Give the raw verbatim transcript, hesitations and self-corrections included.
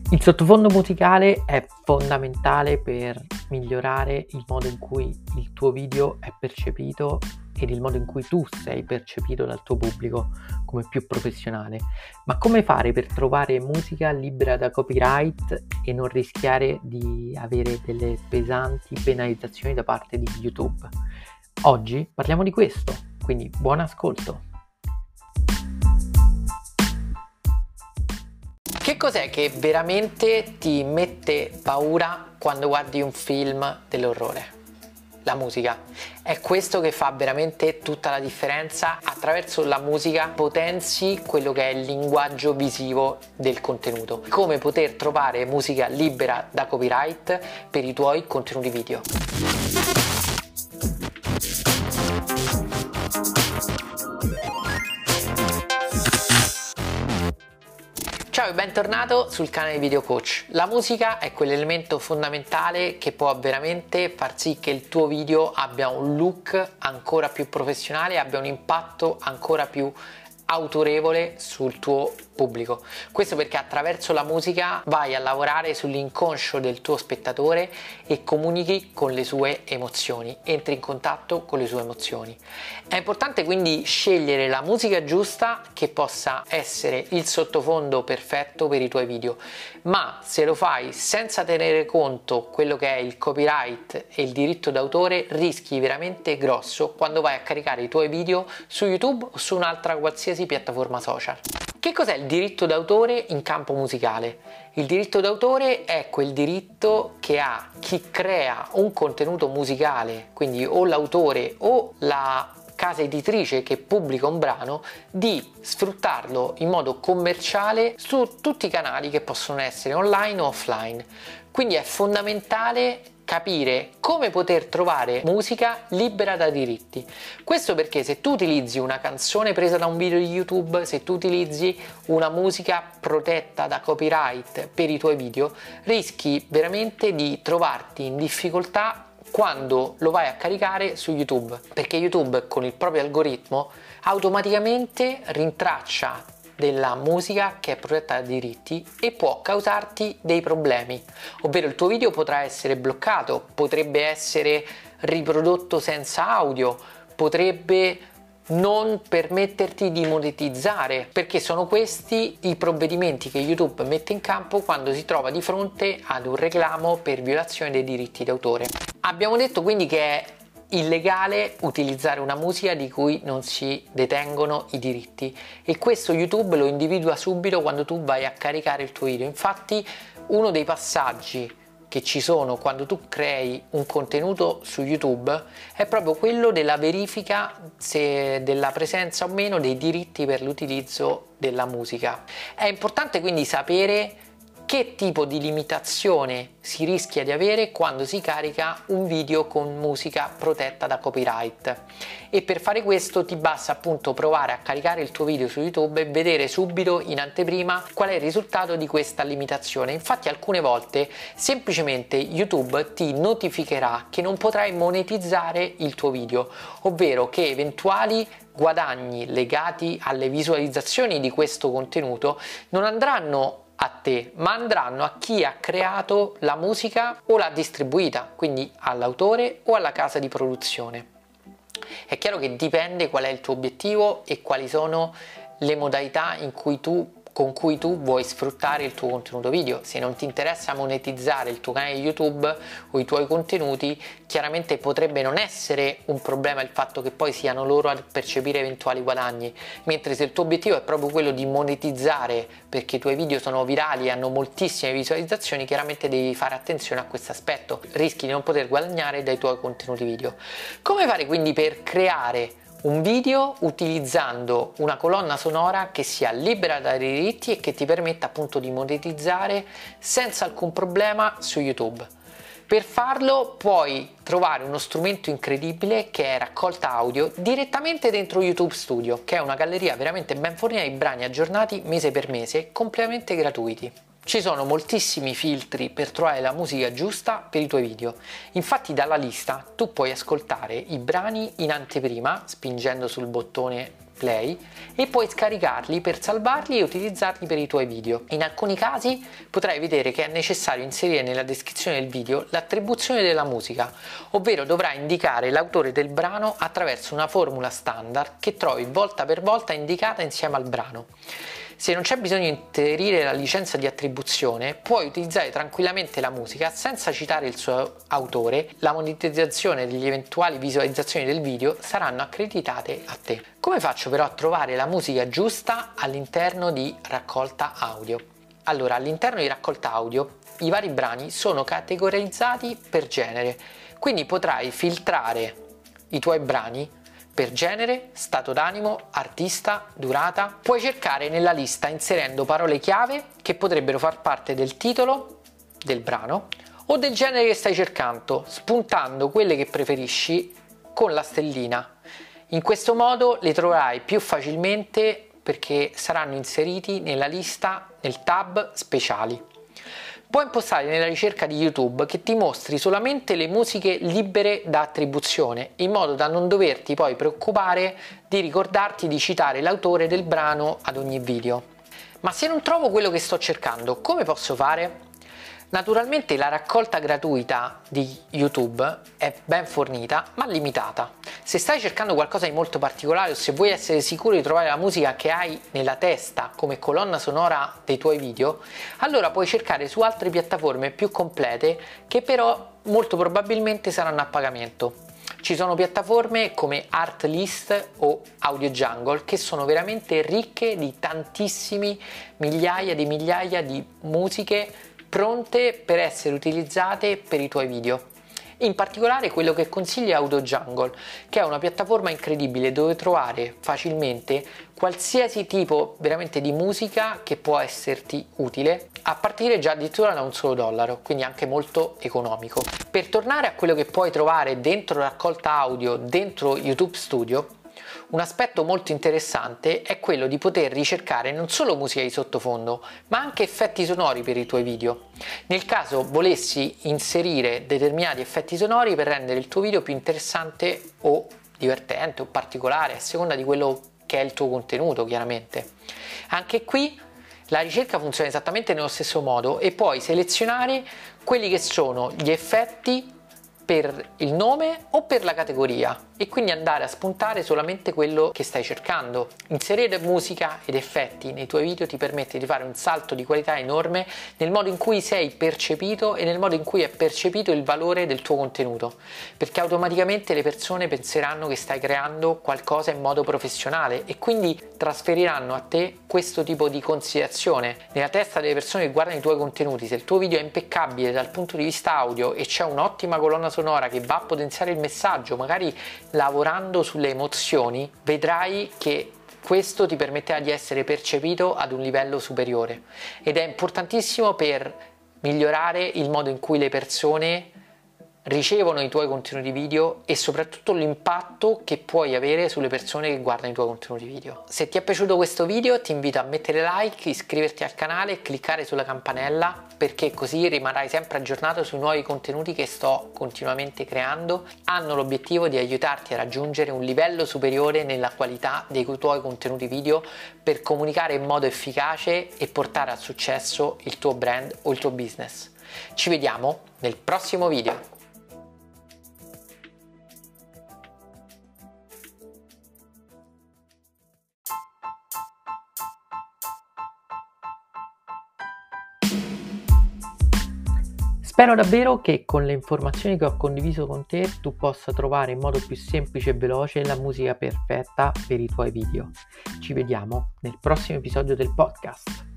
Il sottofondo musicale è fondamentale per migliorare il modo in cui il tuo video è percepito ed il modo in cui tu sei percepito dal tuo pubblico come più professionale. Ma come fare per trovare musica libera da copyright e non rischiare di avere delle pesanti penalizzazioni da parte di YouTube? Oggi parliamo di questo, quindi buon ascolto! Che cos'è che veramente ti mette paura quando guardi un film dell'orrore? La musica. È questo che fa veramente tutta la differenza. Attraverso la musica potenzi quello che è il linguaggio visivo del contenuto. Come poter trovare musica libera da copyright per i tuoi contenuti video. Ciao e bentornato sul canale di Video Coach. La musica è quell'elemento fondamentale che può veramente far sì che il tuo video abbia un look ancora più professionale, abbia un impatto ancora più autorevole sul tuo pubblico. Questo perché attraverso la musica vai a lavorare sull'inconscio del tuo spettatore e comunichi con le sue emozioni, entri in contatto con le sue emozioni. È importante quindi scegliere la musica giusta che possa essere il sottofondo perfetto per i tuoi video, ma se lo fai senza tenere conto quello che è il copyright e il diritto d'autore rischi veramente grosso quando vai a caricare i tuoi video su YouTube o su un'altra qualsiasi piattaforma social. Che cos'è il diritto d'autore in campo musicale? Il diritto d'autore è quel diritto che ha chi crea un contenuto musicale, quindi o l'autore o la casa editrice che pubblica un brano, di sfruttarlo in modo commerciale su tutti i canali che possono essere online o offline. Quindi è fondamentale capire come poter trovare musica libera da diritti. Questo perché se tu utilizzi una canzone presa da un video di YouTube, se tu utilizzi una musica protetta da copyright per i tuoi video, rischi veramente di trovarti in difficoltà quando lo vai a caricare su YouTube, perché YouTube con il proprio algoritmo automaticamente rintraccia della musica che è protetta da diritti e può causarti dei problemi, ovvero il tuo video potrà essere bloccato, potrebbe essere riprodotto senza audio, potrebbe non permetterti di monetizzare, perché sono questi i provvedimenti che YouTube mette in campo quando si trova di fronte ad un reclamo per violazione dei diritti d'autore. Abbiamo detto quindi che è illegale utilizzare una musica di cui non si detengono i diritti e questo YouTube lo individua subito quando tu vai a caricare il tuo video. Infatti uno dei passaggi che ci sono quando tu crei un contenuto su YouTube è proprio quello della verifica se della presenza o meno dei diritti per l'utilizzo della musica. È importante quindi sapere che tipo di limitazione si rischia di avere quando si carica un video con musica protetta da copyright, e per fare questo ti basta appunto provare a caricare il tuo video su YouTube e vedere subito in anteprima qual è il risultato di questa limitazione. Infatti alcune volte semplicemente YouTube ti notificherà che non potrai monetizzare il tuo video, ovvero che eventuali guadagni legati alle visualizzazioni di questo contenuto non andranno a te, ma andranno a chi ha creato la musica o l'ha distribuita, quindi all'autore o alla casa di produzione. È chiaro che dipende qual è il tuo obiettivo e quali sono le modalità in cui tu con cui tu vuoi sfruttare il tuo contenuto video. Se non ti interessa monetizzare il tuo canale YouTube o i tuoi contenuti, chiaramente potrebbe non essere un problema il fatto che poi siano loro a percepire eventuali guadagni, mentre se il tuo obiettivo è proprio quello di monetizzare perché i tuoi video sono virali e hanno moltissime visualizzazioni, chiaramente devi fare attenzione a questo aspetto, rischi di non poter guadagnare dai tuoi contenuti video. Come fare quindi per creare un video utilizzando una colonna sonora che sia libera dai diritti e che ti permetta appunto di monetizzare senza alcun problema su YouTube? Per farlo puoi trovare uno strumento incredibile che è raccolta audio direttamente dentro YouTube Studio, che è una galleria veramente ben fornita di brani aggiornati mese per mese, completamente gratuiti. Ci sono moltissimi filtri per trovare la musica giusta per i tuoi video. Infatti dalla lista tu puoi ascoltare i brani in anteprima spingendo sul bottone play e puoi scaricarli per salvarli e utilizzarli per i tuoi video. In alcuni casi potrai vedere che è necessario inserire nella descrizione del video l'attribuzione della musica, ovvero dovrai indicare l'autore del brano attraverso una formula standard che trovi volta per volta indicata insieme al brano. Se non c'è bisogno di inserire la licenza di attribuzione, puoi utilizzare tranquillamente la musica senza citare il suo autore. La monetizzazione degli eventuali visualizzazioni del video saranno accreditate a te. Come faccio però a trovare la musica giusta all'interno di raccolta audio? Allora, all'interno di raccolta audio i vari brani sono categorizzati per genere, quindi potrai filtrare i tuoi brani per genere, stato d'animo, artista, durata. Puoi cercare nella lista inserendo parole chiave che potrebbero far parte del titolo del brano o del genere che stai cercando, spuntando quelle che preferisci con la stellina. In questo modo le troverai più facilmente perché saranno inseriti nella lista nel tab speciali. Puoi impostare nella ricerca di YouTube che ti mostri solamente le musiche libere da attribuzione, in modo da non doverti poi preoccupare di ricordarti di citare l'autore del brano ad ogni video. Ma se non trovo quello che sto cercando, come posso fare? Naturalmente la raccolta gratuita di YouTube è ben fornita ma limitata. Se stai cercando qualcosa di molto particolare o se vuoi essere sicuro di trovare la musica che hai nella testa come colonna sonora dei tuoi video, allora puoi cercare su altre piattaforme più complete che però molto probabilmente saranno a pagamento. Ci sono piattaforme come Artlist o Audio Jungle che sono veramente ricche di tantissimi migliaia di migliaia di musiche pronte per essere utilizzate per i tuoi video. In particolare quello che consiglio è Audio Jungle, che è una piattaforma incredibile dove trovare facilmente qualsiasi tipo veramente di musica che può esserti utile, a partire già addirittura da un solo dollaro, quindi anche molto economico. Per tornare a quello che puoi trovare dentro raccolta audio, dentro YouTube Studio, un aspetto molto interessante è quello di poter ricercare non solo musica di sottofondo, ma anche effetti sonori per i tuoi video. Nel caso volessi inserire determinati effetti sonori per rendere il tuo video più interessante o divertente o particolare, a seconda di quello che è il tuo contenuto, chiaramente. Anche qui la ricerca funziona esattamente nello stesso modo e puoi selezionare quelli che sono gli effetti per il nome o per la categoria e quindi andare a spuntare solamente quello che stai cercando. Inserire musica ed effetti nei tuoi video ti permette di fare un salto di qualità enorme nel modo in cui sei percepito e nel modo in cui è percepito il valore del tuo contenuto, perché automaticamente le persone penseranno che stai creando qualcosa in modo professionale e quindi trasferiranno a te questo tipo di considerazione nella testa delle persone che guardano i tuoi contenuti. Se il tuo video è impeccabile dal punto di vista audio e c'è un'ottima colonna sonora che va a potenziare il messaggio, magari lavorando sulle emozioni, vedrai che questo ti permetterà di essere percepito ad un livello superiore ed è importantissimo per migliorare il modo in cui le persone ricevono i tuoi contenuti video e soprattutto l'impatto che puoi avere sulle persone che guardano i tuoi contenuti video. Se ti è piaciuto questo video ti invito a mettere like, iscriverti al canale e cliccare sulla campanella, perché così rimarrai sempre aggiornato sui nuovi contenuti che sto continuamente creando. Hanno l'obiettivo di aiutarti a raggiungere un livello superiore nella qualità dei tuoi contenuti video per comunicare in modo efficace e portare al successo il tuo brand o il tuo business. Ci vediamo nel prossimo video. Spero davvero che con le informazioni che ho condiviso con te tu possa trovare in modo più semplice e veloce la musica perfetta per i tuoi video. Ci vediamo nel prossimo episodio del podcast.